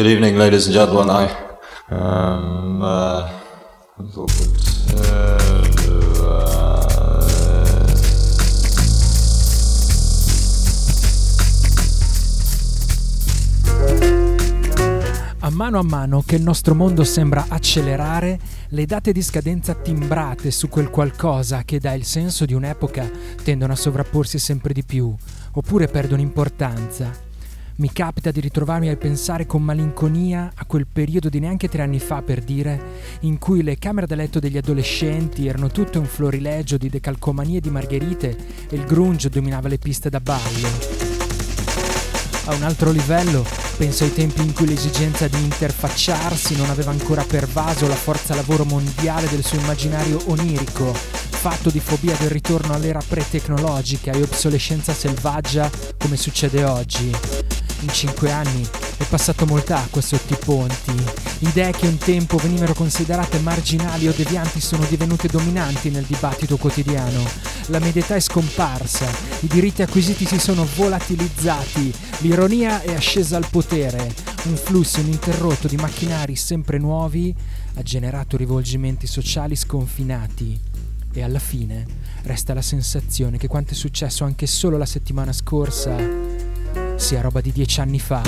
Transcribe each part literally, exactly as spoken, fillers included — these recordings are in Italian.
Good evening, ladies and gentlemen. I um, uh, A mano a mano che il nostro mondo sembra accelerare, le date di scadenza timbrate su quel qualcosa che dà il senso di un'epoca tendono a sovrapporsi sempre di più, oppure perdono importanza. Mi capita di ritrovarmi a pensare con malinconia a quel periodo di neanche tre anni fa, per dire, in cui le camere da letto degli adolescenti erano tutte un florilegio di decalcomanie e di margherite e il grunge dominava le piste da ballo. A un altro livello, penso ai tempi in cui l'esigenza di interfacciarsi non aveva ancora pervaso la forza lavoro mondiale del suo immaginario onirico, fatto di fobia del ritorno all'era pre-tecnologica e obsolescenza selvaggia come succede oggi. In cinque anni è passato molta acqua sotto i ponti. Idee che un tempo venivano considerate marginali o devianti sono divenute dominanti nel dibattito quotidiano. La media età è scomparsa, i diritti acquisiti si sono volatilizzati, l'ironia è ascesa al potere. Un flusso ininterrotto di macchinari sempre nuovi ha generato rivolgimenti sociali sconfinati. E alla fine resta la sensazione che quanto è successo anche solo la settimana scorsa sia roba di dieci anni fa.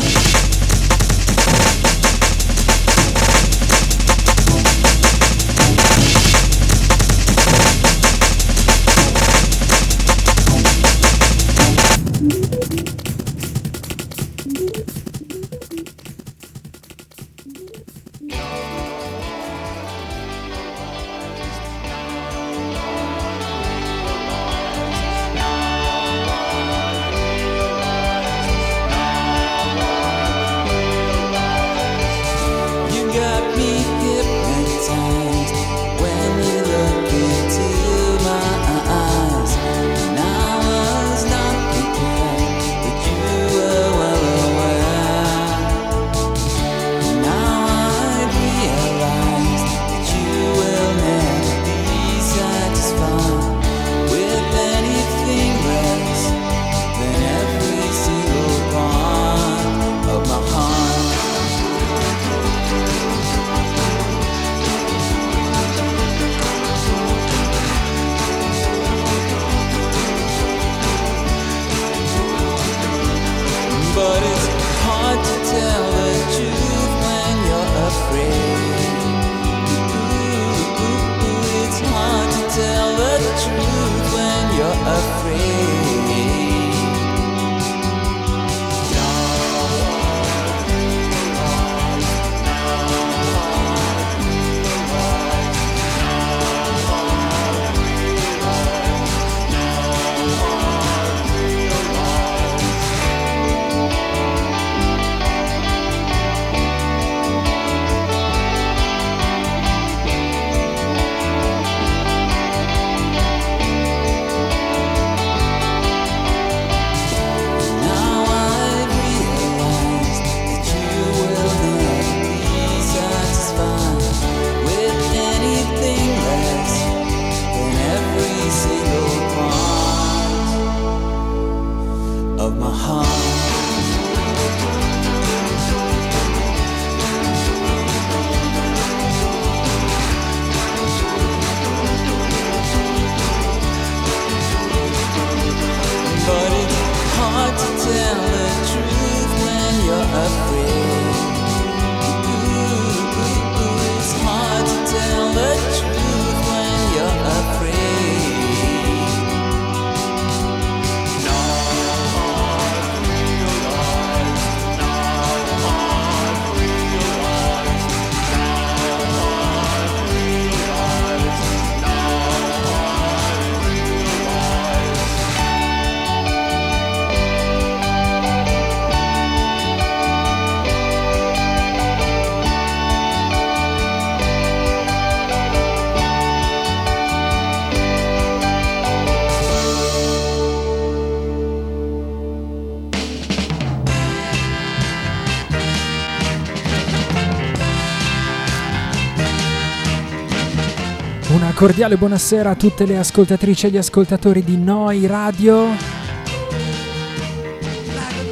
Una cordiale buonasera a tutte le ascoltatrici e gli ascoltatori di Noi Radio.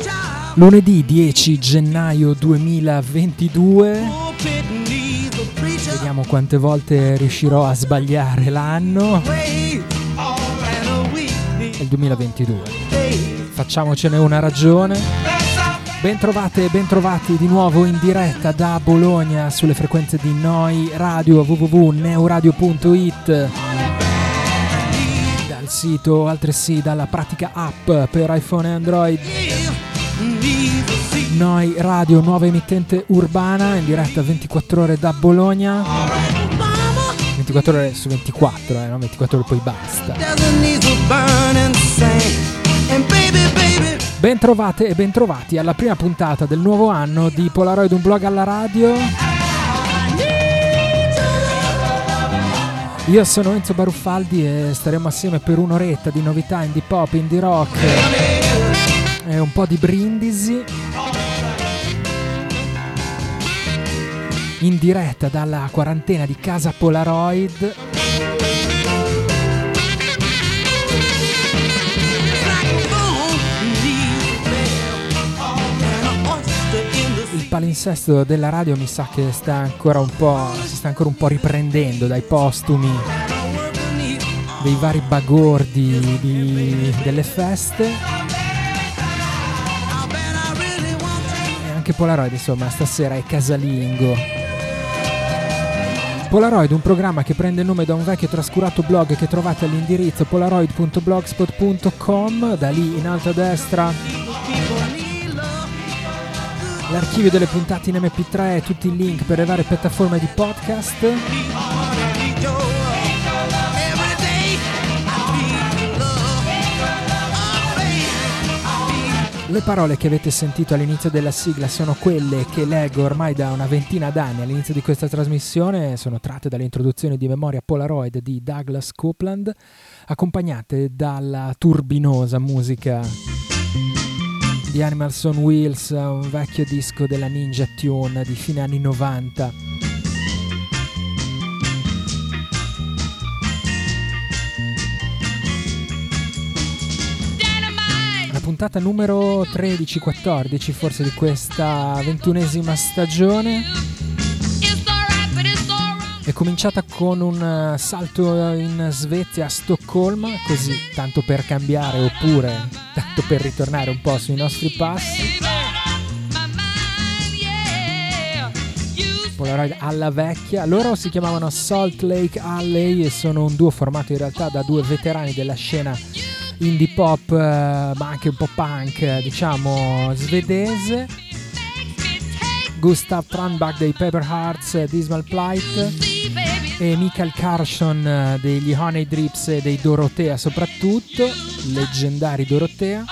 Lunedì dieci gennaio duemilaventidue. Vediamo quante volte riuscirò a sbagliare l'anno. È il duemilaventidue. Facciamocene una ragione. Bentrovate e bentrovati di nuovo in diretta da Bologna sulle frequenze di Noi Radio, w w w punto neuradio punto it, dal sito, altresì dalla pratica app per iPhone e Android. Noi Radio, nuova emittente urbana, in diretta ventiquattro ore da Bologna. ventiquattro ore su ventiquattro, eh, no? ventiquattro ore poi basta. Bentrovate e bentrovati alla prima puntata del nuovo anno di Polaroid, un blog alla radio. Io sono Enzo Baruffaldi e staremo assieme per un'oretta di novità indie pop, indie rock e un po' di brindisi. In diretta dalla quarantena di casa Polaroid. Il palinsesto della radio mi sa che sta ancora un po', si sta ancora un po' riprendendo dai postumi, dei vari bagordi di, delle feste. E anche Polaroid, insomma, stasera è casalingo. Polaroid, un programma che prende il nome da un vecchio trascurato blog che trovate all'indirizzo polaroid punto blogspot punto com. Da lì in alto a destra l'archivio delle puntate in emme pi tre e tutti i link per le varie piattaforme di podcast. Le parole che avete sentito all'inizio della sigla sono quelle che leggo ormai da una ventina d'anni all'inizio di questa trasmissione, sono tratte dalle introduzioni di Memoria Polaroid di Douglas Copeland, accompagnate dalla turbinosa musica di Animals on Wheels, un vecchio disco della Ninja Tune di fine anni novanta. Puntata numero tredici quattordici forse di questa ventunesima stagione. È cominciata con un salto in Svezia, a Stoccolma, così tanto per cambiare oppure tanto per ritornare un po' sui nostri passi. Polaroid alla vecchia. Loro si chiamavano Salt Lake Alley e sono un duo formato in realtà da due veterani della scena indie pop, eh, ma anche un po' punk, diciamo svedese. Gustav Tranbach dei Paper Hearts, Dismal Plight, e Michael Carson degli Honey Drips e dei Dorothea, soprattutto leggendari Dorothea.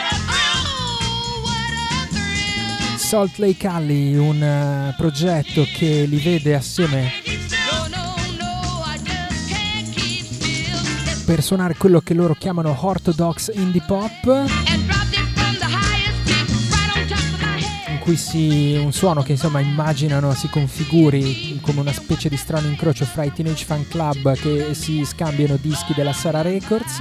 Salt Lake Alley, un uh, progetto che li vede assieme per suonare quello che loro chiamano orthodox indie pop, in cui si un suono che insomma immaginano si configuri come una specie di strano incrocio fra i Teenage Fan Club che si scambiano dischi della Sarah Records.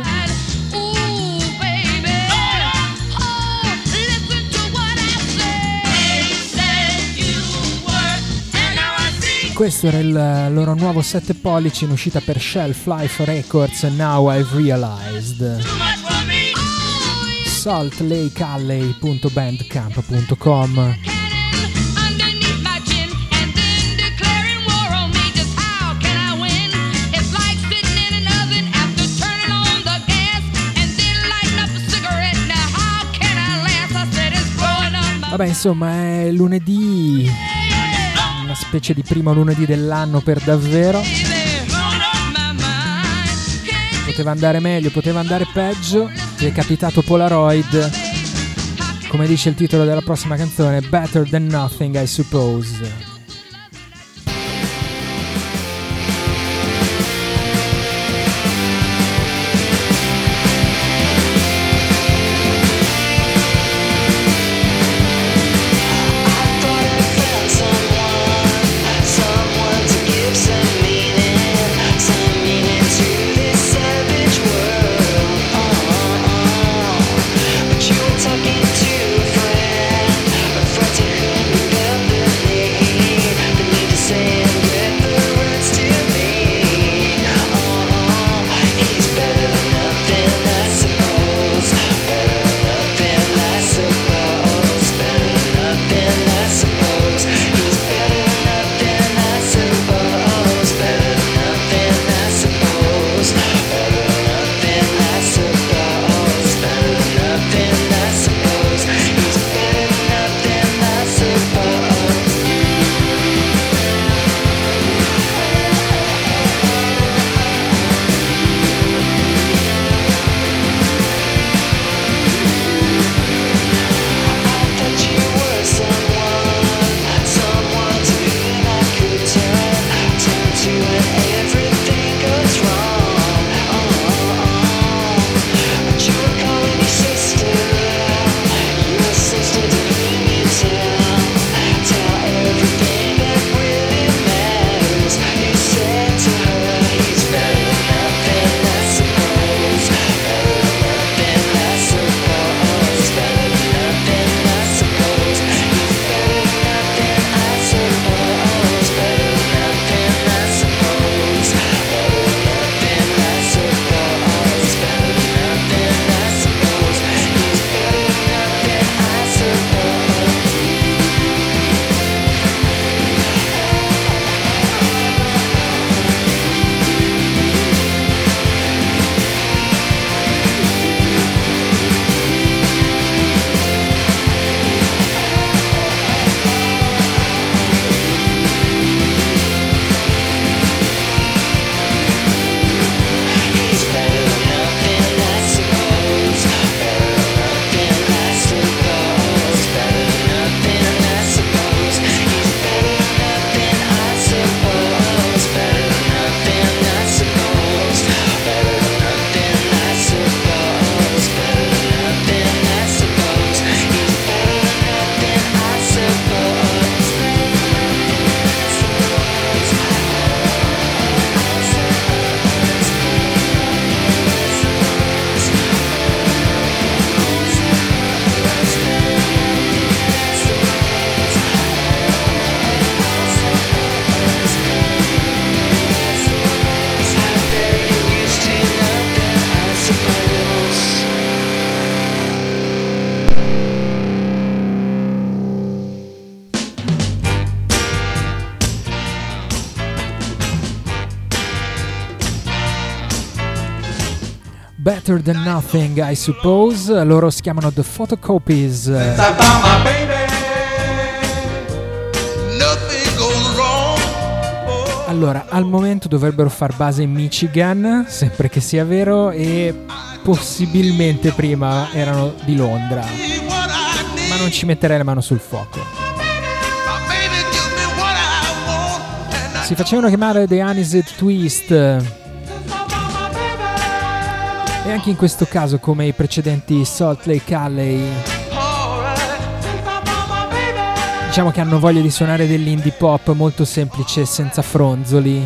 Questo era il loro nuovo sette pollici in uscita per Shelf Life Records, Now I've Realized. salt lake alley punto bandcamp punto com. Vabbè, insomma, è lunedì, una specie di primo lunedì dell'anno per davvero. Poteva andare meglio, poteva andare peggio. Ti è capitato Polaroid, come dice il titolo della prossima canzone, Better Than Nothing, I Suppose. Talking to a friend. Better Than Nothing, I suppose. Loro si chiamano The Photocopies. Allora, al momento dovrebbero far base in Michigan, sempre che sia vero, e possibilmente prima erano di Londra, ma non ci metterei la mano sul fuoco. Si facevano chiamare The Anisette Twist, e anche in questo caso, come i precedenti Salt Lake Alley, diciamo che hanno voglia di suonare dell'indie pop molto semplice e senza fronzoli.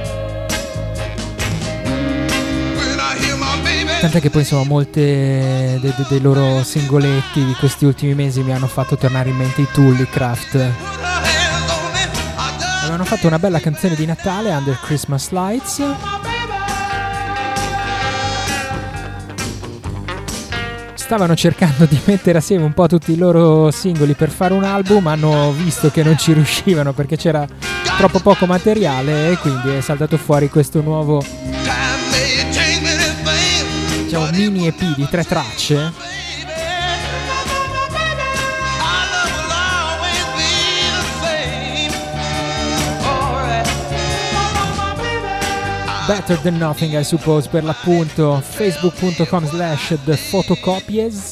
Tant'è che poi insomma molte dei, dei, dei loro singoletti di questi ultimi mesi mi hanno fatto tornare in mente i Tullycraft. Avevano fatto una bella canzone di Natale, Under Christmas Lights. Stavano cercando di mettere assieme un po' tutti i loro singoli per fare un album, hanno visto che non ci riuscivano perché c'era troppo poco materiale e quindi è saltato fuori questo nuovo, diciamo, mini E P di tre tracce. Better Than Nothing, I suppose, per l'appunto. Facebook.com slash The Photocopies,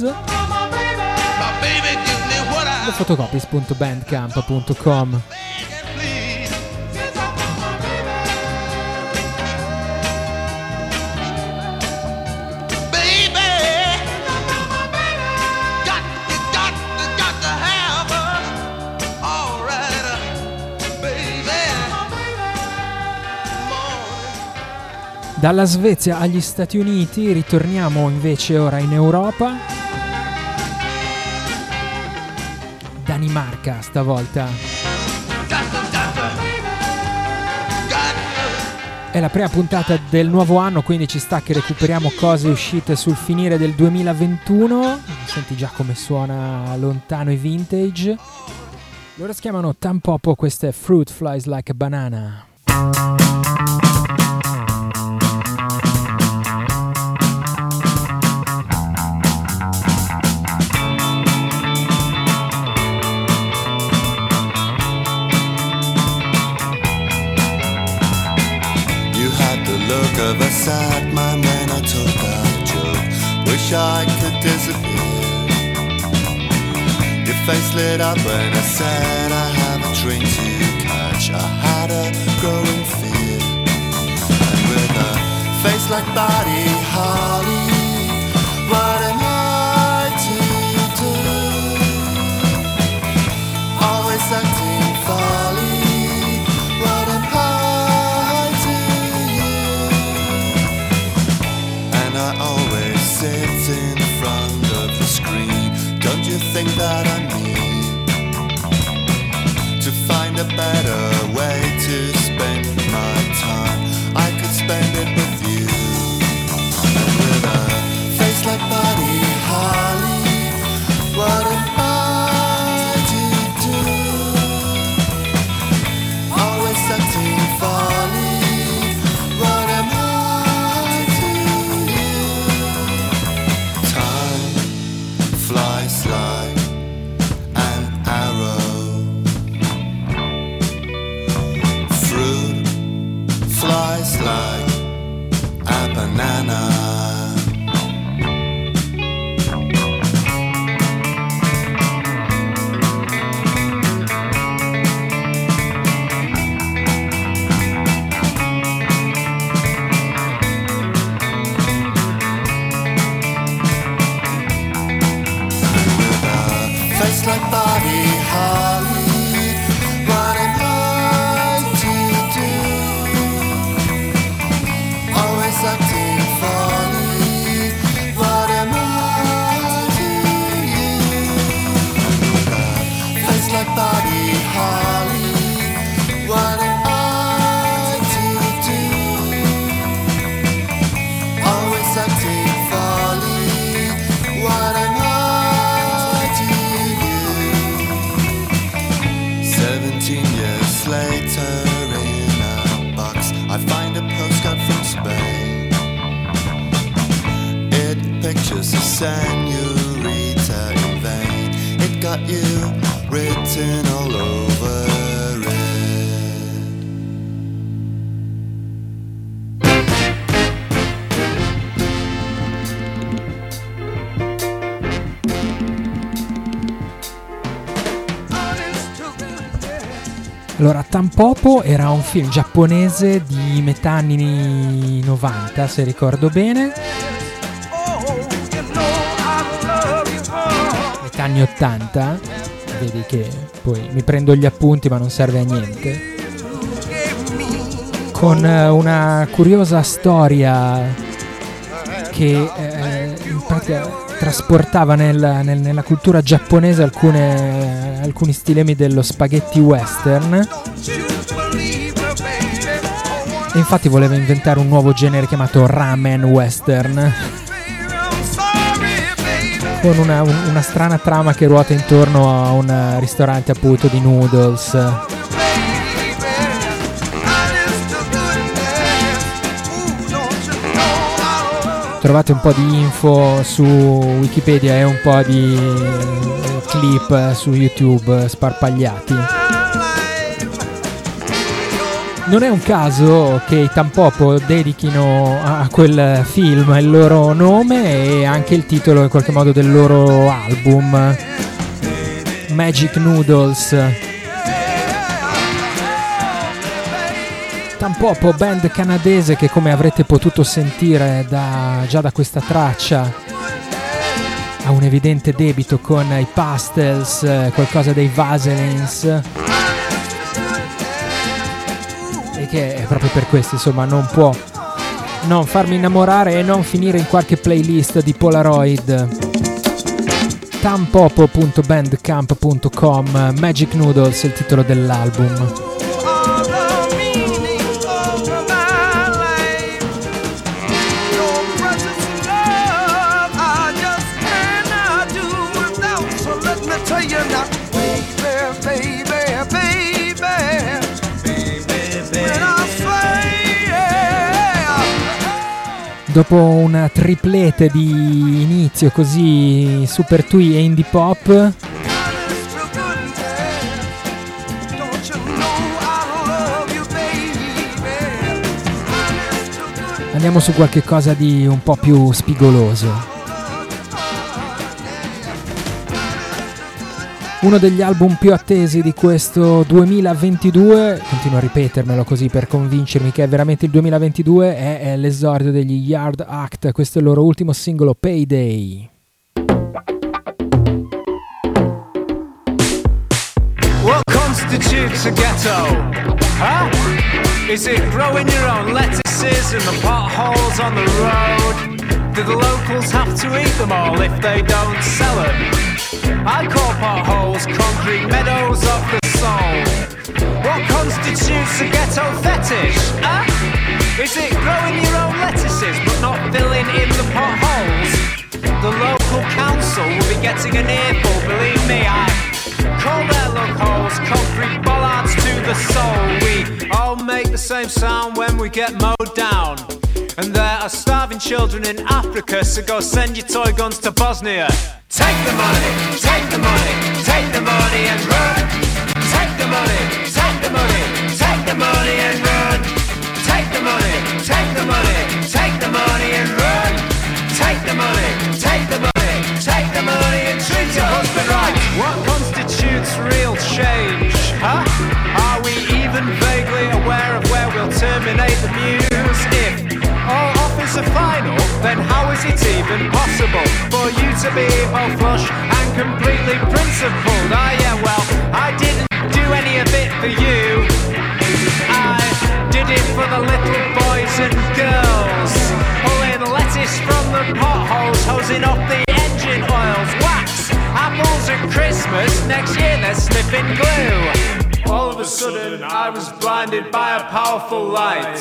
the photocopies punto bandcamp punto com. Dalla Svezia agli Stati Uniti ritorniamo invece ora in Europa. Danimarca stavolta. È la prima puntata del nuovo anno, quindi ci sta che recuperiamo cose uscite sul finire del duemilaventuno. Senti già come suona lontano e vintage. Loro si chiamano Tampopo, questa è Fruit Flies Like a Banana. Of a sad man when I took that joke. Wish I could disappear. Your face lit up when I said I have a dream to catch. I had a growing fear. And with a face like Buddy Holly, what am I to do? Always acting folly. What am I? I always sit in front of the screen. Don't you think that I need to find a better way to spend my time? I could spend it with you. And with a face like Buddy Holly, what am I to do? Always acting folly. What am I? Flies like an arrow. Fruit flies like a banana. Like Buddy Holly, what am I to do? senorita in vain. It got you written all over it. Allora, Tampopo era un film giapponese di metà anni novanta, se ricordo bene, metà anni ottanta, vedi che poi mi prendo gli appunti ma non serve a niente, con una curiosa storia che eh, in pratica trasportava nel, nel, nella cultura giapponese alcune, alcuni stilemi dello spaghetti western, e infatti voleva inventare un nuovo genere chiamato ramen western, con una, una strana trama che ruota intorno a un ristorante appunto di noodles. Trovate un po' di info su Wikipedia e un po' di clip su YouTube sparpagliati. Non è un caso che i Tampopo dedichino a quel film il loro nome e anche il titolo in qualche modo del loro album, Magic Noodles. Tampopo, band canadese che, come avrete potuto sentire da, già da questa traccia, ha un evidente debito con i Pastels, qualcosa dei Vaselines, e che è proprio per questo, insomma, non può non farmi innamorare e non finire in qualche playlist di Polaroid. tampopo punto bandcamp punto com, Magic Noodles è il titolo dell'album. Dopo una triplete di inizio così super twee e indie pop, andiamo su qualche cosa di un po' più spigoloso. Uno degli album più attesi di questo duemilaventidue, continuo a ripetermelo così per convincermi che è veramente il duemilaventidue, è, è l'esordio degli Yard Act, questo è il loro ultimo singolo, Payday. What constitutes a ghetto? Huh? Is it growing your own lettuces in the potholes on the road? Do the locals have to eat them all if they don't sell them? I call potholes concrete meadows of the soul. What constitutes a ghetto fetish? Huh? Is it growing your own lettuces but not filling in the potholes? The local council will be getting an earful, believe me, I call their loopholes concrete bollards to the soul. We all make the same sound when we get mowed down. And there are starving children in Africa, so go send your toy guns to Bosnia. Take the money, take the money, take the money and run. Take the money, take the money, take the money and run. Take the money, take the money, take the money and run. Take the money, take the money, take the money and treat your husband right. What constitutes real change, huh? Are we even vaguely aware of where we'll terminate the muse? If all offers are final, then how is it even possible for you to be all flush and completely principled? Ah yeah, well, I didn't do any of it for you. I did it for the little boys and girls, pulling lettuce from the potholes, hosing off the engine oils, wax, apples at Christmas, next year they're sniffing glue. All of a sudden I was blinded by a powerful light.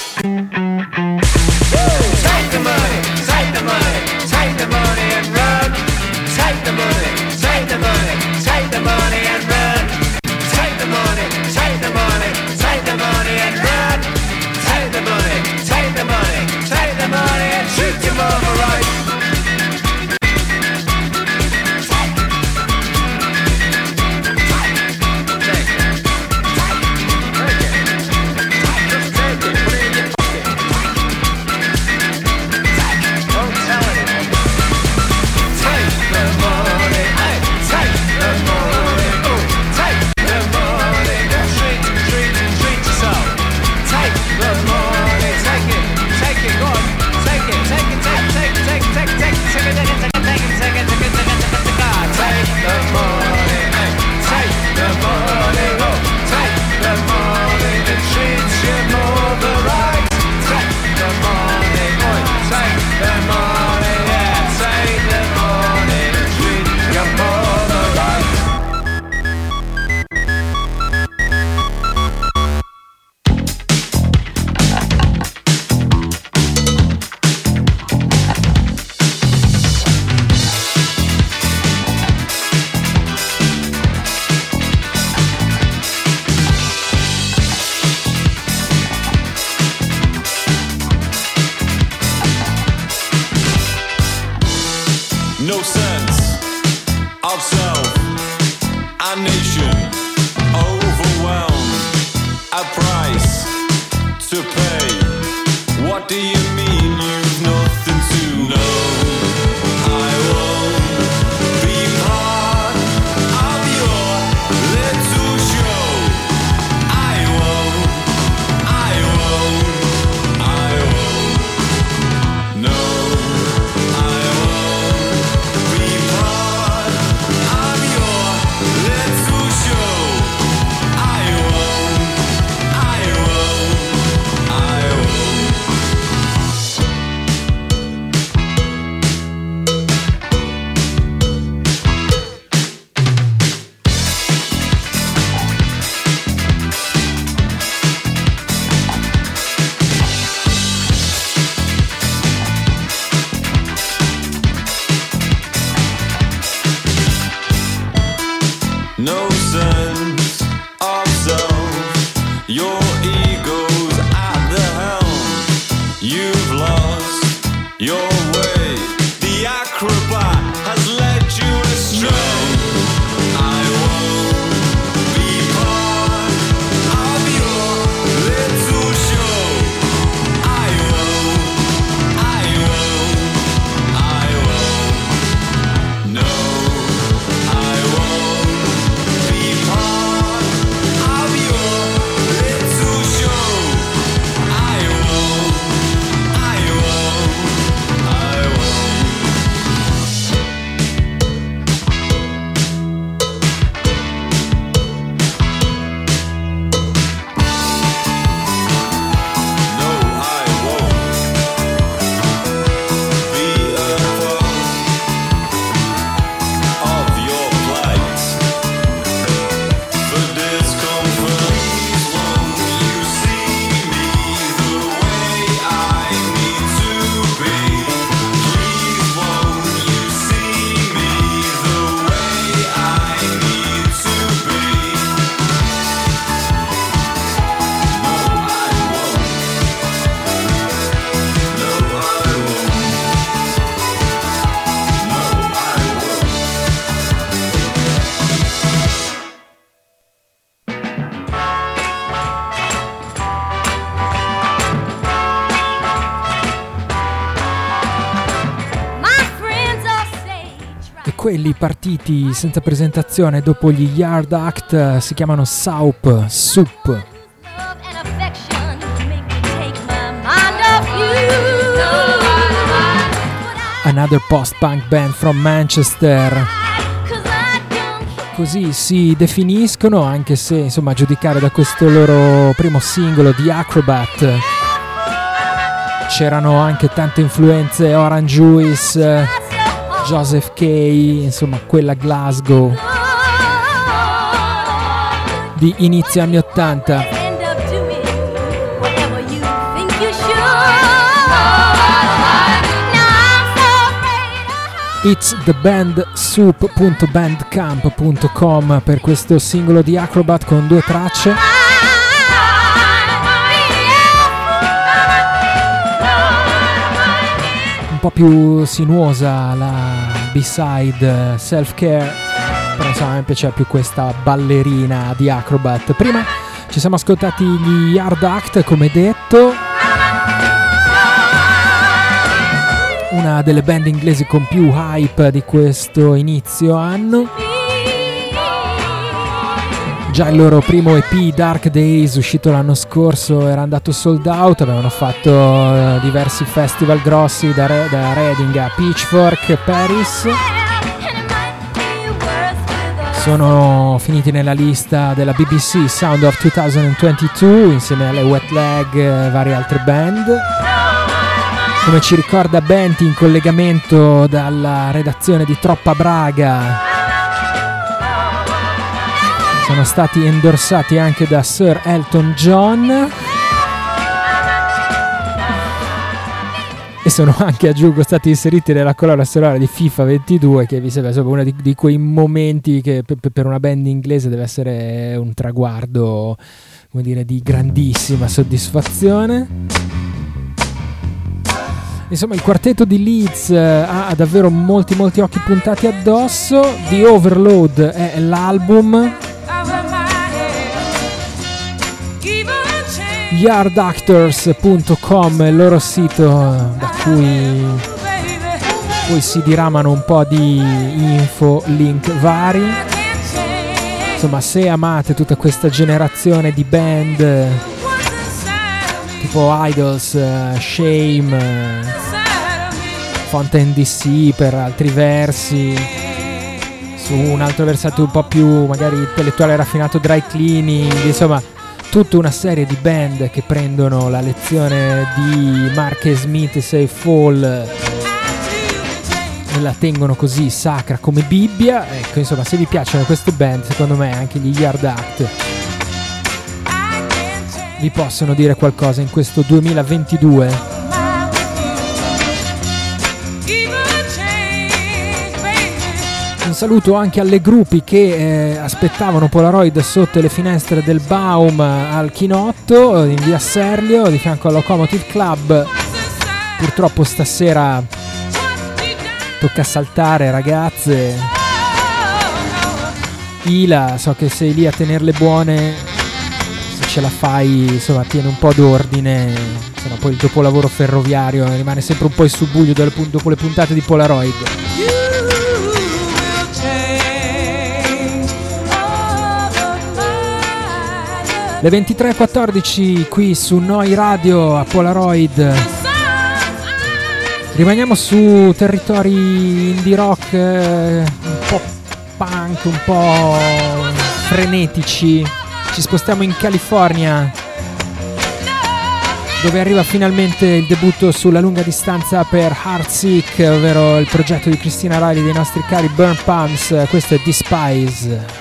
Take the money, take the money, take the money and run. Take the money, take the money, take the money and run. Take the money, take the money, take the money and run. Take the money, take the money, take the money and treat your mama right. to pay. What do you mean you've nothing to know? I won't be part of your little show. I won't, I won't, I won't. No, I won't be part of your little show. I won't, I won't, I won't. No sense of self, your ego's at the helm. You've lost your way, the acrobat has led you astray. I won't be part of your little show. I won't, I won't, I won't. No, I won't be part of your little show. I won't, I won't, I won't. No, I won't be a part of your plight. For discomfort, won't you see me the way I need to be? Please won't you see me the way I need to be? No, I won't. No, I won't. No, I won't. My friends all say try. E quelli partiti senza presentazione dopo gli Yard Act eh, si chiamano Soup, Soup. Love and affection make me take my mind off you. Another post-punk band from Manchester. 'Cause I don't Così si definiscono, anche se insomma a giudicare da questo loro primo singolo di Acrobat c'erano anche tante influenze, Orange Juice, eh, Joseph Kay, insomma quella Glasgow di inizio anni ottanta. end up doing whatever you think you should. Now I'm so afraid of It's the band soup punto bandcamp punto com per questo singolo di Acrobat con due tracce. Un po' più sinuosa la B-side eh, Self Care, però insomma a me piaceva più questa ballerina di Acrobat. Prima ci siamo ascoltati gli Yard Act, come detto, una delle band inglesi con più hype di questo inizio anno. Già il loro primo E P Dark Days, uscito l'anno scorso, era andato sold out. Avevano fatto eh, diversi festival grossi, da, Re- da Reading a Pitchfork, Paris. Sono finiti nella lista della B B C Sound of duemilaventidue insieme alle Wet Leg e varie altre band. Come ci ricorda Benti in collegamento dalla redazione di Troppa Braga, sono stati endorsati anche da Sir Elton John e sono anche, aggiungo, stati inseriti nella colonna sonora di FIFA ventidue, che vi sembra insomma uno di, di quei momenti che per, per una band inglese deve essere un traguardo, come dire, di grandissima soddisfazione. Insomma, il quartetto di Leeds eh, ha davvero molti molti occhi puntati addosso. The Overload è l'album. yard actors punto com è il loro sito da cui poi si diramano un po' di info, link vari. Insomma, se amate tutta questa generazione di band tipo Idols, Shame, Fontaine D C per altri versi, su un altro versetto un po' più magari intellettuale raffinato, Dry Cleaning, insomma tutta una serie di band che prendono la lezione di Mark Smith e Say Fall e la tengono così sacra come Bibbia. Ecco, insomma, se vi piacciono queste band, secondo me anche gli Yard Act vi possono dire qualcosa in questo duemilaventidue. Un saluto anche alle gruppi che eh, aspettavano Polaroid sotto le finestre del Baum al Chinotto in via Serlio di fianco al Locomotive Club. Purtroppo stasera tocca saltare, ragazze. Ila, so che sei lì a tenerle buone, se ce la fai, insomma, tieni un po' d'ordine, insomma, poi il dopolavoro ferroviario rimane sempre un po' in subbuglio dopo le puntate di Polaroid. Le ventitré e quattordici qui su Noi Radio a Polaroid. Rimaniamo su territori indie rock eh, un po' punk, un po' frenetici. Ci spostiamo in California, dove arriva finalmente il debutto sulla lunga distanza per Heartsick, ovvero il progetto di Christina Riley dei nostri cari Burn Palms. Questo è Despise.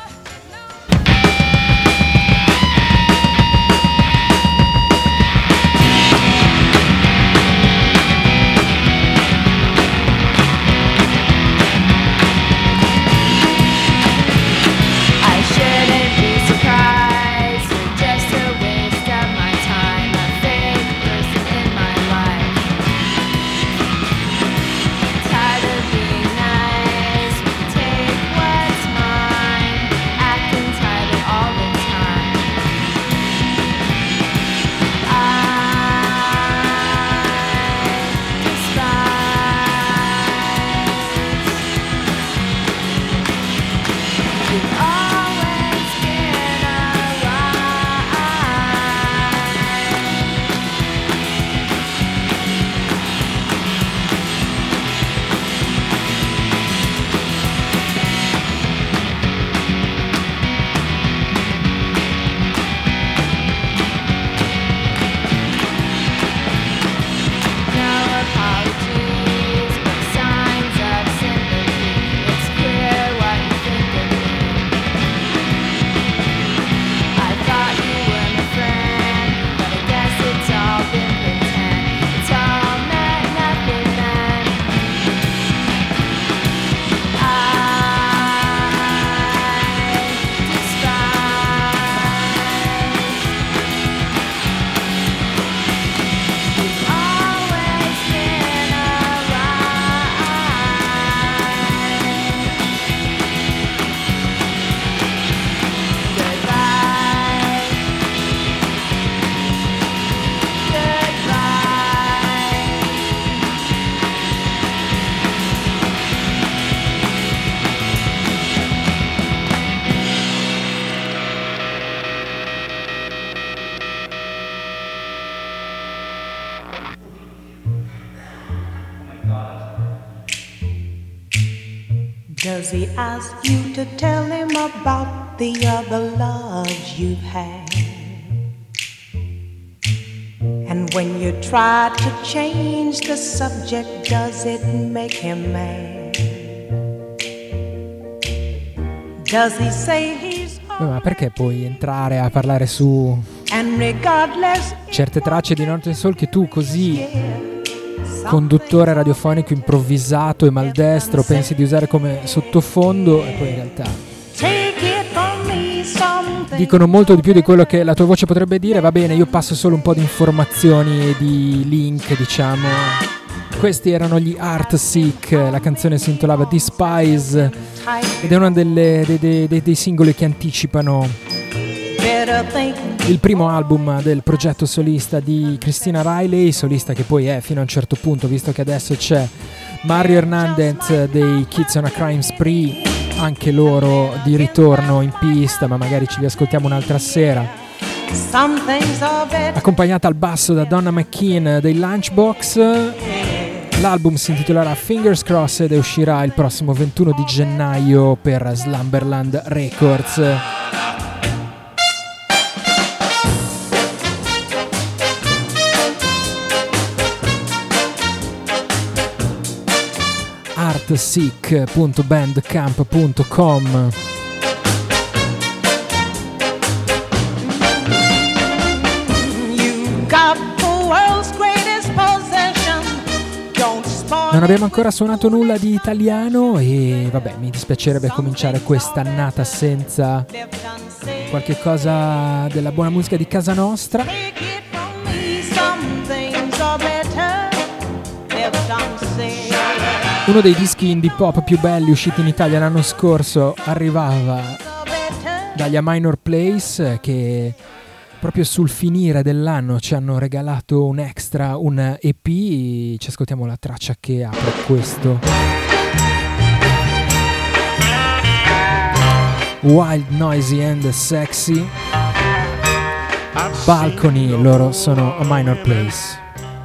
Does he ask you to tell him about the other loves you've had? And when you try to change the subject, does it make him mad? Does he say he's Ma perché puoi entrare a parlare su and regardless certe tracce di Northern Soul che tu così, conduttore radiofonico improvvisato e maldestro, pensi di usare come sottofondo e poi in realtà dicono molto di più di quello che la tua voce potrebbe dire? Va bene, io passo solo un po' di informazioni e di link, diciamo. Questi erano gli Heartsick, la canzone si intitolava Despise ed è uno delle, dei, dei, dei singoli che anticipano il primo album del progetto solista di Christina Riley, solista che poi è fino a un certo punto, visto che adesso c'è Mario Hernandez dei Kids on a Crime Spree, anche loro di ritorno in pista, ma magari ci li ascoltiamo un'altra sera, accompagnata al basso da Donna McKean dei Lunchbox. L'album si intitolerà Fingers Crossed e uscirà il prossimo ventuno di gennaio per Slumberland Records. artsick punto bandcamp punto com. Non abbiamo ancora suonato nulla di italiano e vabbè, mi dispiacerebbe cominciare quest'annata senza qualche cosa della buona musica di casa nostra. Uno dei dischi indie pop più belli usciti in Italia l'anno scorso arrivava dagli A Minor Place, che proprio sul finire dell'anno ci hanno regalato un extra, un E P. Ci ascoltiamo la traccia che apre questo. Wild, Noisy and Sexy. Balcony, loro sono A Minor Place.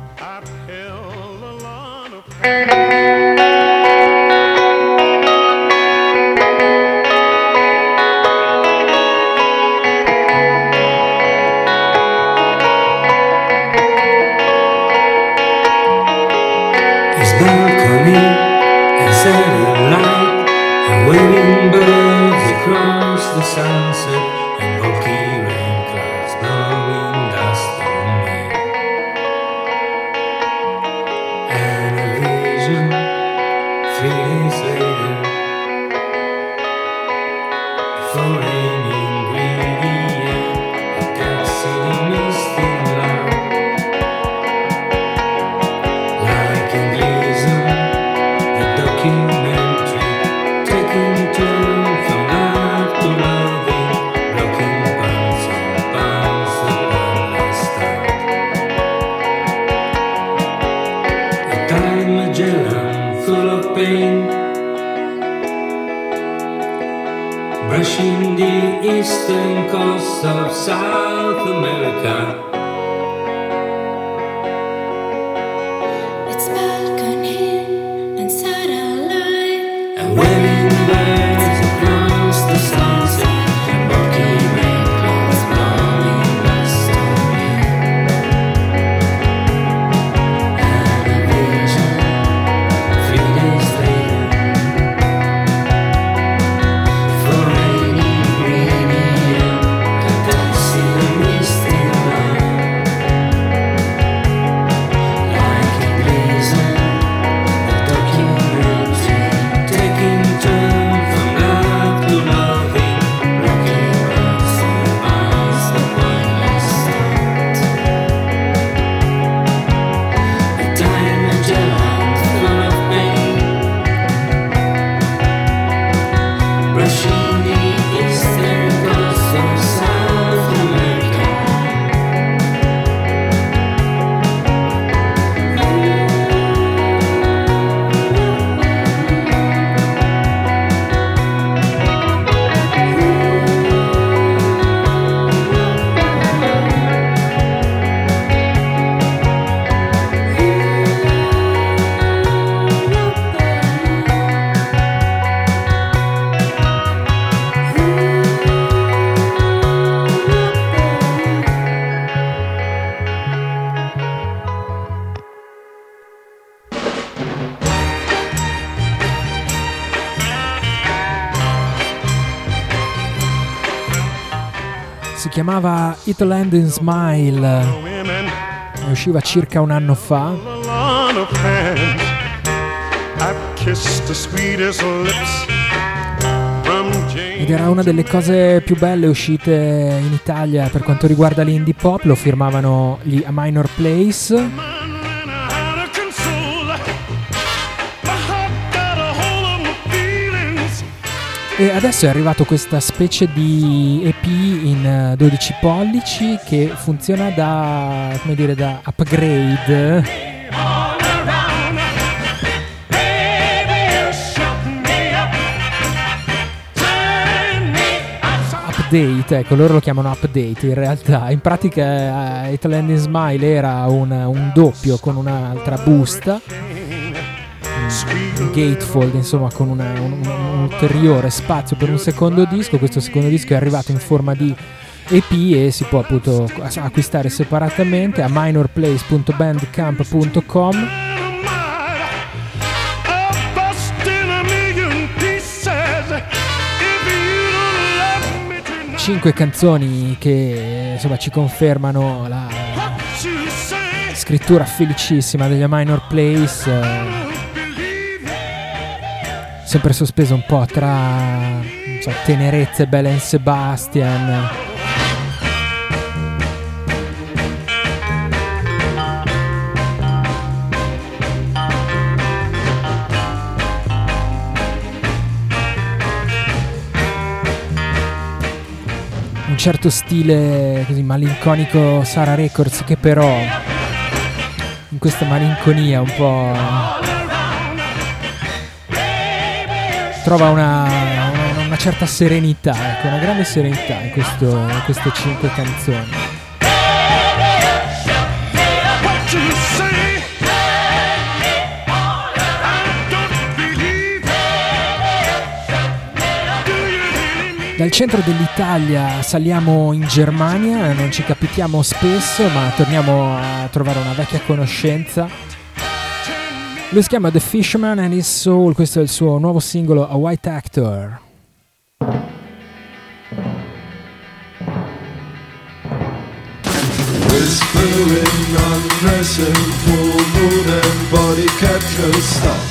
Brushing the eastern coast of South America. It's balcony and satellite, And waving birds across the sunset, and rocky rain clouds blowing west of me. And a vision three days later, for rainy, rainy year, I see the mist in love, like a blazon, a documentary, taking turn from love to loving, rocking across the eyes of pointless thought. A time Magellan full of pain, brushing the eastern coast of South America. Si chiamava It'll End in Smile e usciva circa un anno fa. Ed era una delle cose più belle uscite in Italia per quanto riguarda l'indie pop. Lo firmavano gli A Minor Place. E adesso è arrivato questa specie di E P in dodici pollici che funziona da, come dire, da upgrade. Update, ecco, loro lo chiamano update in realtà. In pratica uh, Italian in Smile era un, un doppio con un'altra busta, un gatefold, insomma, con una, un, un ulteriore spazio per un secondo disco. Questo secondo disco è arrivato in forma di E P e si può appunto acquistare separatamente a minorplace punto bandcamp punto com. Cinque canzoni che insomma ci confermano la scrittura felicissima degli A Minor Place, eh, sempre sospeso un po' tra, non so, tenerezze, Belle and Sebastian. Un certo stile così malinconico Sarah Records, che però in questa malinconia un po' trova una, una, una certa serenità, ecco, una grande serenità in, questo, in queste cinque canzoni. Dal centro dell'Italia saliamo in Germania, non ci capitiamo spesso, ma torniamo a trovare una vecchia conoscenza. Lui si chiama The Fisherman and His Soul, questo è il suo nuovo singolo A White Actor. Whispering, undressing, full moon and body capture stop.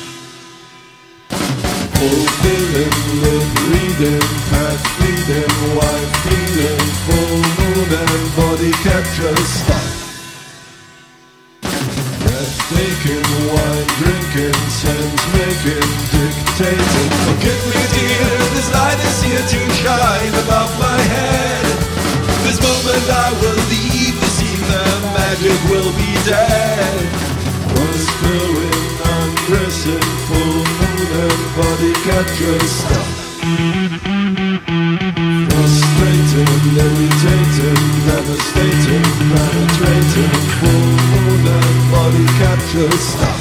Fulfilling, lip reading, past fleeting, white feeling, full moon and body capture stop. Breathtaking, wine drinking, sense making, dictating. Forgive me, dear, this light is here to shine above my head. This moment I will leave the scene, the magic will be dead. Whispering, undressing, full moon and body capture stop. Frustrating, irritating, devastating, penetrating, full moon and body capture stop.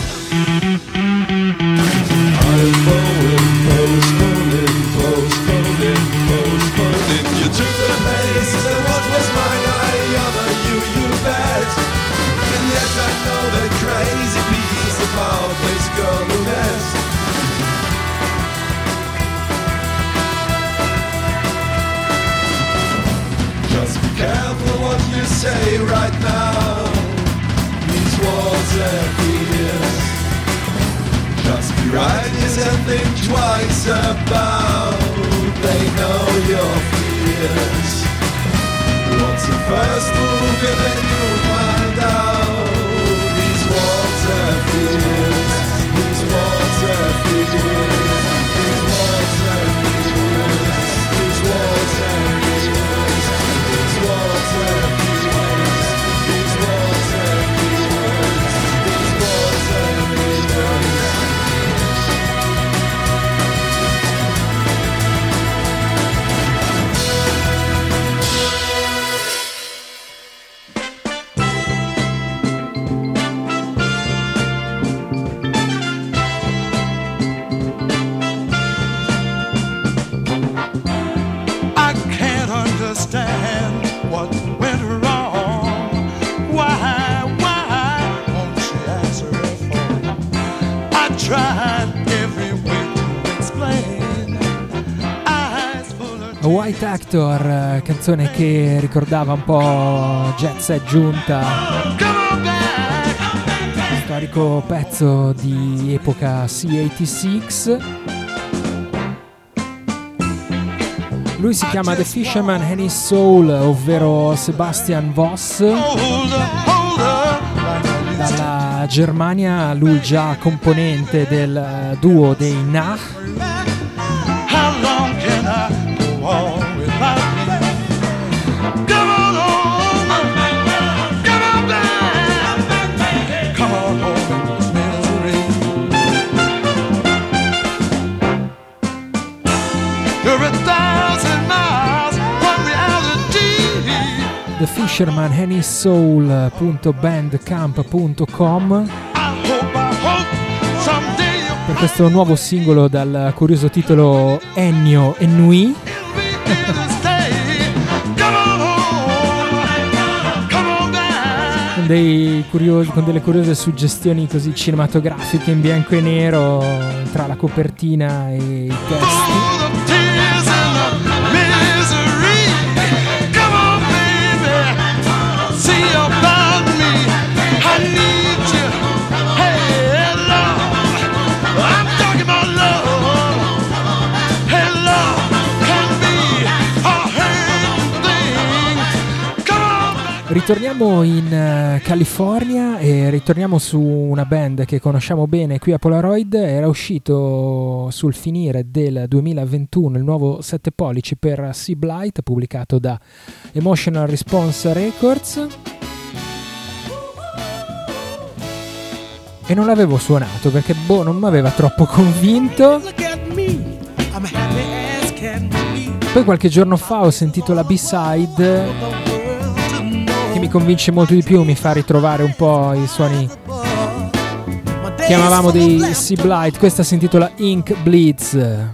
I'm going, postponing, postponing, postponing. You took the place and what was mine, I honor you, you bet. And yet I know the crazy piece about this girl who nest. Just be careful what you say right now. These walls are fears. Just be right, yes, and think twice about. They know your fears. What's the first move and then you'll find out. These walls are fears. These walls are fears. These walls are fears. These walls are fears. These walls are fears. These walls are fears. These walls are fears. I can't understand what went wrong. Why, why won't she answer her phone? I tried every way to explain. Eyes full of A White Actor, eh, canzone che ricordava un po' Jet Set Giunta, storico pezzo di epoca C ottantasei. Lui si chiama The Fisherman and His Soul, ovvero Sebastian Voss. Dalla Germania, lui già componente del duo dei Nach. how long The Fisherman and His Soul punto bandcamp punto com per questo nuovo singolo dal curioso titolo Ennio e Nui. Con, dei curiosi, con delle curiose suggestioni così cinematografiche in bianco e nero tra la copertina e i testi. Ritorniamo in uh, California e ritorniamo su una band che conosciamo bene qui a Polaroid. Era uscito sul finire del duemilaventuno il nuovo sette pollici per Sea Blight, pubblicato da Emotional Response Records, e non l'avevo suonato perché boh, non mi aveva troppo convinto. Poi qualche giorno fa ho sentito la B-side che mi convince molto di più, mi fa ritrovare un po' i suoni che chiamavamo dei Sea Blight. Questa si intitola Ink Bleeds.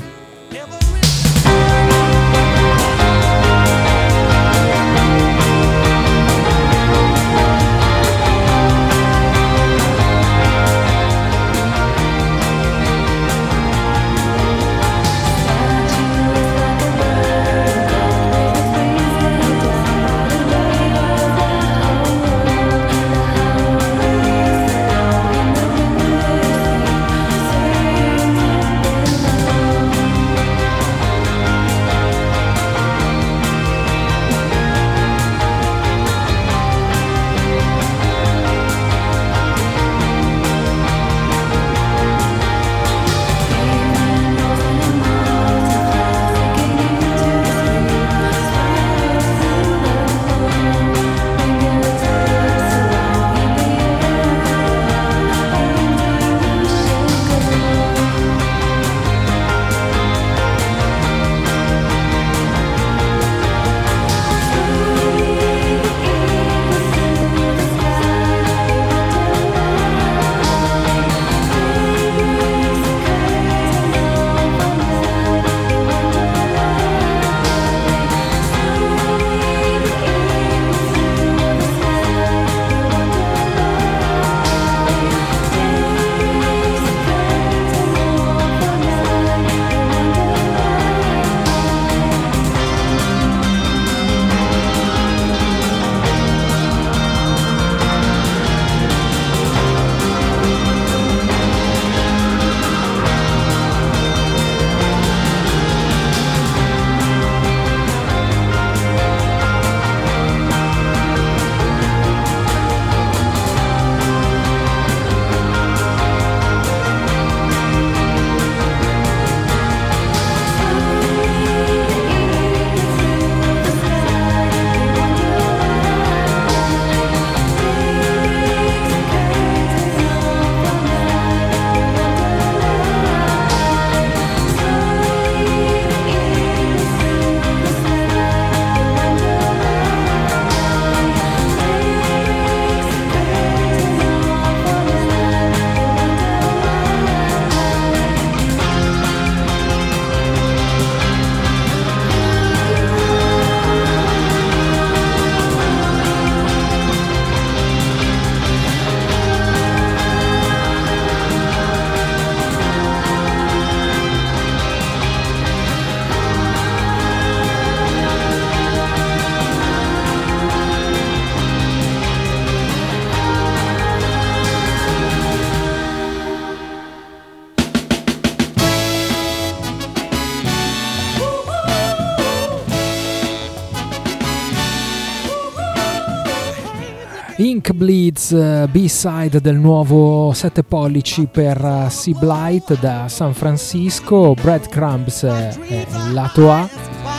Ink Bleeds, B-side del nuovo sette pollici per Sea Blight da San Francisco. Breadcrumbs è il lato A,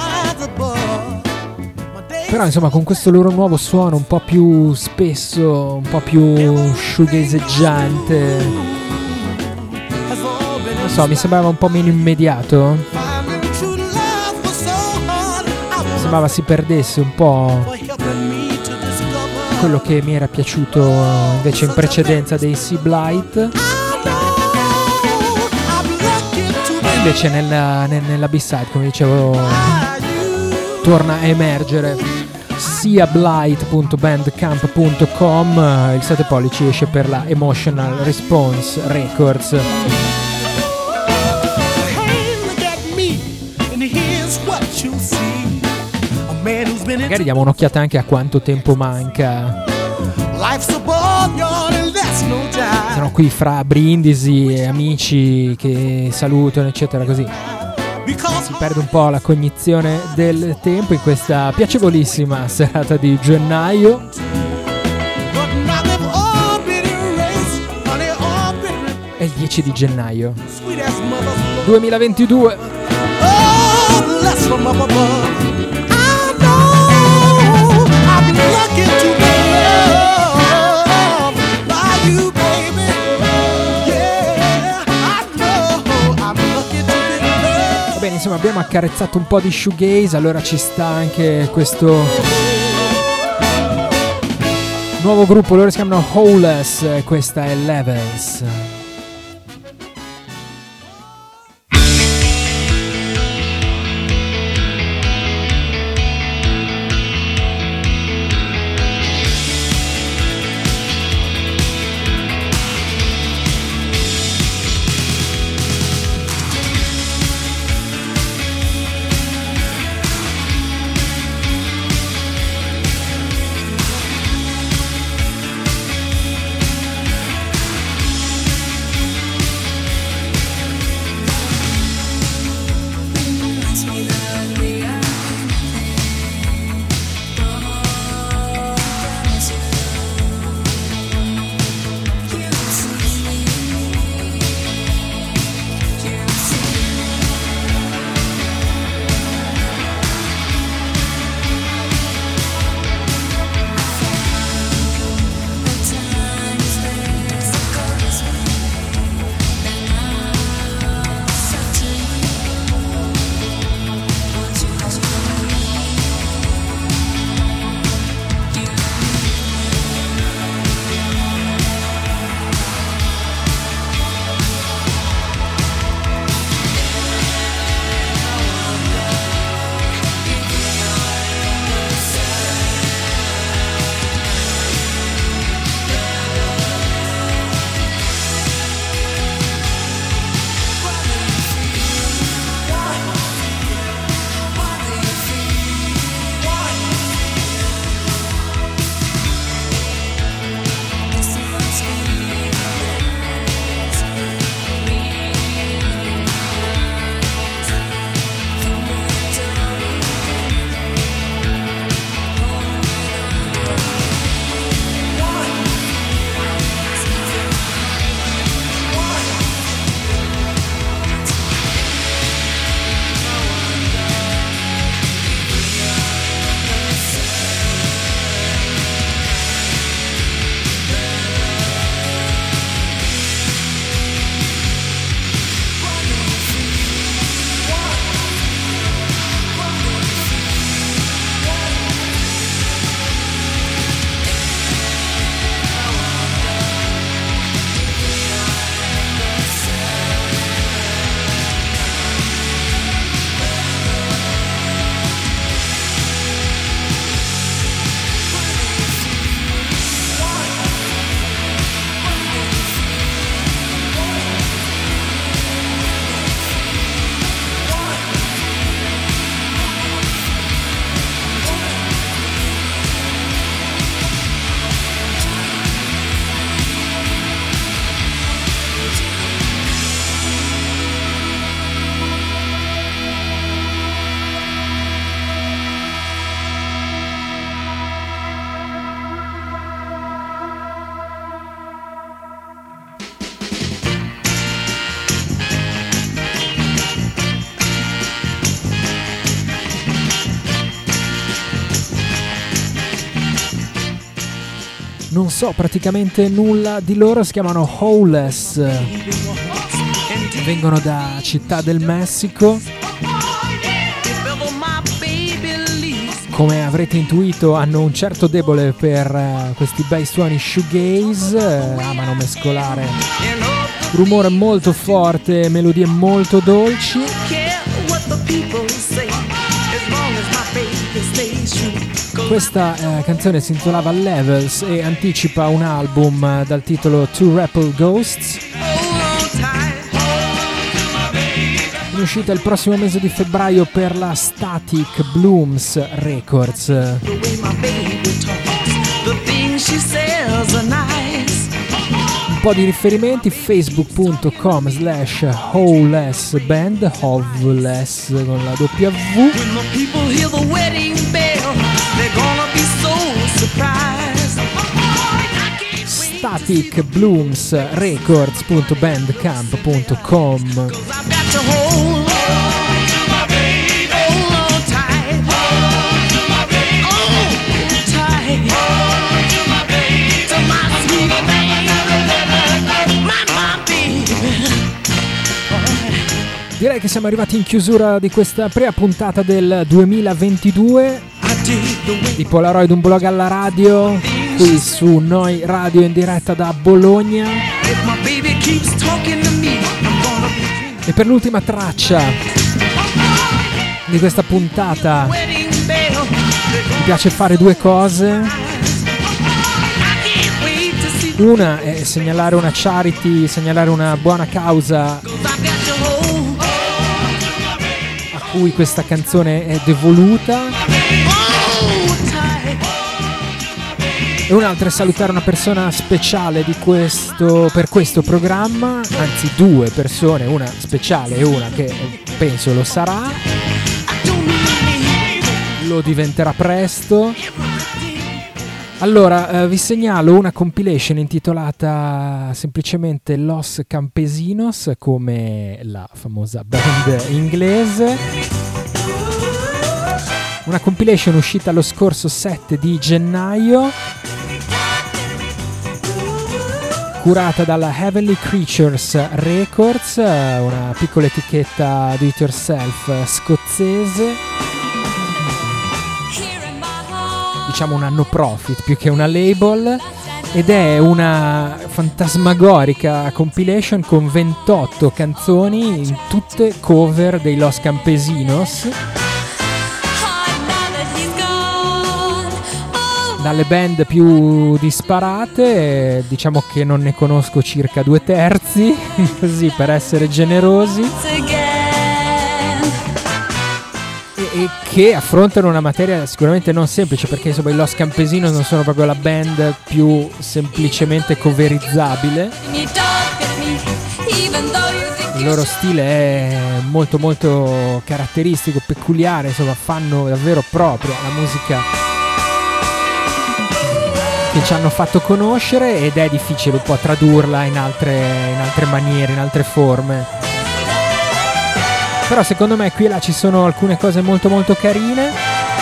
però insomma con questo loro nuovo suono un po' più spesso, un po' più shoegazeggiante, non so, mi sembrava un po' meno immediato, mi sembrava si perdesse un po' quello che mi era piaciuto invece in precedenza dei Sea Blight. Invece nella, nella B-side, come dicevo, torna a emergere sia blight punto bandcamp punto com. Il sette pollici esce per la Emotional Response Records. Magari diamo un'occhiata anche a quanto tempo manca. Sono qui fra brindisi e amici che salutano, eccetera, così si perde un po' la cognizione del tempo in questa piacevolissima serata di gennaio. È il dieci di gennaio duemilaventidue. Bene, insomma, abbiamo accarezzato un po' di shoegaze, allora ci sta anche questo nuovo gruppo, loro si chiamano Howless e questa è Levels. Non so praticamente nulla di loro, si chiamano Howless, vengono da Città del Messico, come avrete intuito, hanno un certo debole per uh, questi bei suoni shoegaze, uh, amano mescolare rumore molto forte, melodie molto dolci. Questa uh, canzone si intitolava Levels e anticipa un album uh, dal titolo Two Rebel Ghosts, in uscita il prossimo mese di febbraio per la Static Blooms Records. Un po' di riferimenti: facebook punto com slash howless band, howless con la W. static blooms records punto bandcamp punto com. Direi che siamo arrivati in chiusura di questa prima puntata del duemilaventidue di Polaroid, un blog alla radio, qui su Noi Radio in diretta da Bologna. E per l'ultima traccia di questa puntata mi piace fare due cose. Una è segnalare una charity, segnalare una buona causa a cui questa canzone è devoluta, e un'altra è salutare una persona speciale di questo, per questo programma, anzi due persone, una speciale e una che penso lo sarà, lo diventerà presto. Allora, eh, vi segnalo una compilation intitolata semplicemente Los Campesinos, come la famosa band inglese. Una compilation uscita lo scorso sette di gennaio, curata dalla Heavenly Creatures Records, una piccola etichetta do it yourself scozzese. Diciamo una no profit più che una label, ed è una fantasmagorica compilation con ventotto canzoni, in tutte cover dei Los Campesinos, dalle band più disparate. Diciamo che non ne conosco circa due terzi, così per essere generosi, e che affrontano una materia sicuramente non semplice, perché insomma i Los Campesinos non sono proprio la band più semplicemente coverizzabile. Il loro stile è molto molto caratteristico, peculiare, insomma fanno davvero proprio la musica che ci hanno fatto conoscere, ed è difficile un po' tradurla in altre, in altre maniere, in altre forme. Però secondo me qui e là ci sono alcune cose molto molto carine.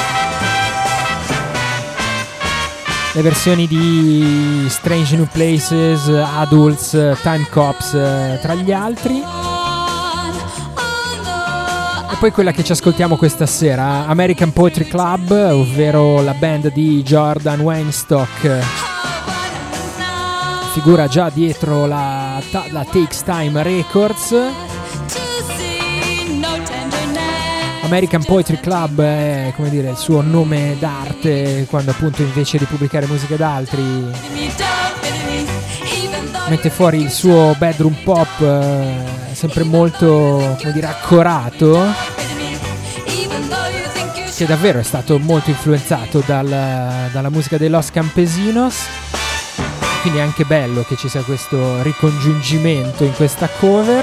Le versioni di Strange New Places, Adults, Time Cops tra gli altri. E poi quella che ci ascoltiamo questa sera, American Poetry Club, ovvero la band di Jordan Weinstock, figura già dietro la, la Takes Time Records. American Poetry Club è, come dire, il suo nome d'arte, quando appunto invece di pubblicare musica d'altri mette fuori il suo bedroom pop, eh, sempre molto, come dire, accorato, che davvero è stato molto influenzato dal, dalla musica dei Los Campesinos. Quindi è anche bello che ci sia questo ricongiungimento in questa cover.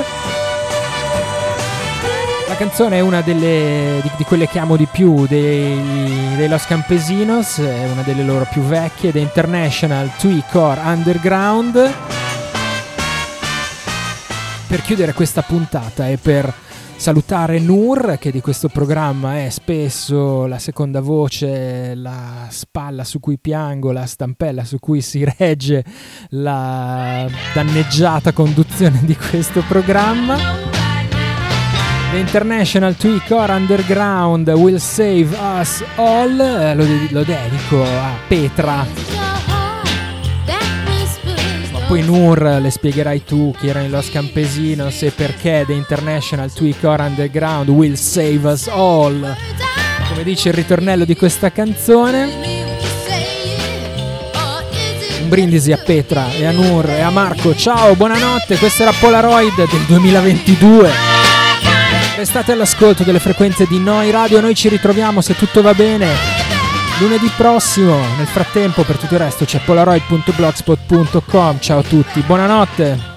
La canzone è una delle di, di quelle che amo di più dei, dei Los Campesinos, è una delle loro più vecchie, The International Twee-Core Underground. Per chiudere questa puntata e per salutare Noor, che di questo programma è spesso la seconda voce, la spalla su cui piango, la stampella su cui si regge la danneggiata conduzione di questo programma. The International Tweaker Underground Will Save Us All. Eh, lo, de- lo dedico a Petra. Ma poi Nur, le spiegherai tu chi era in Los Campesinos e perché The International Tweaker Underground Will Save Us All, come dice il ritornello di questa canzone. Un brindisi a Petra e a Nur e a Marco. Ciao, buonanotte, questa era Polaroid del duemilaventidue. Restate all'ascolto delle frequenze di Noi Radio. Noi ci ritroviamo, se tutto va bene, lunedì prossimo. Nel frattempo, per tutto il resto c'è polaroid punto blogspot punto com. Ciao a tutti, buonanotte.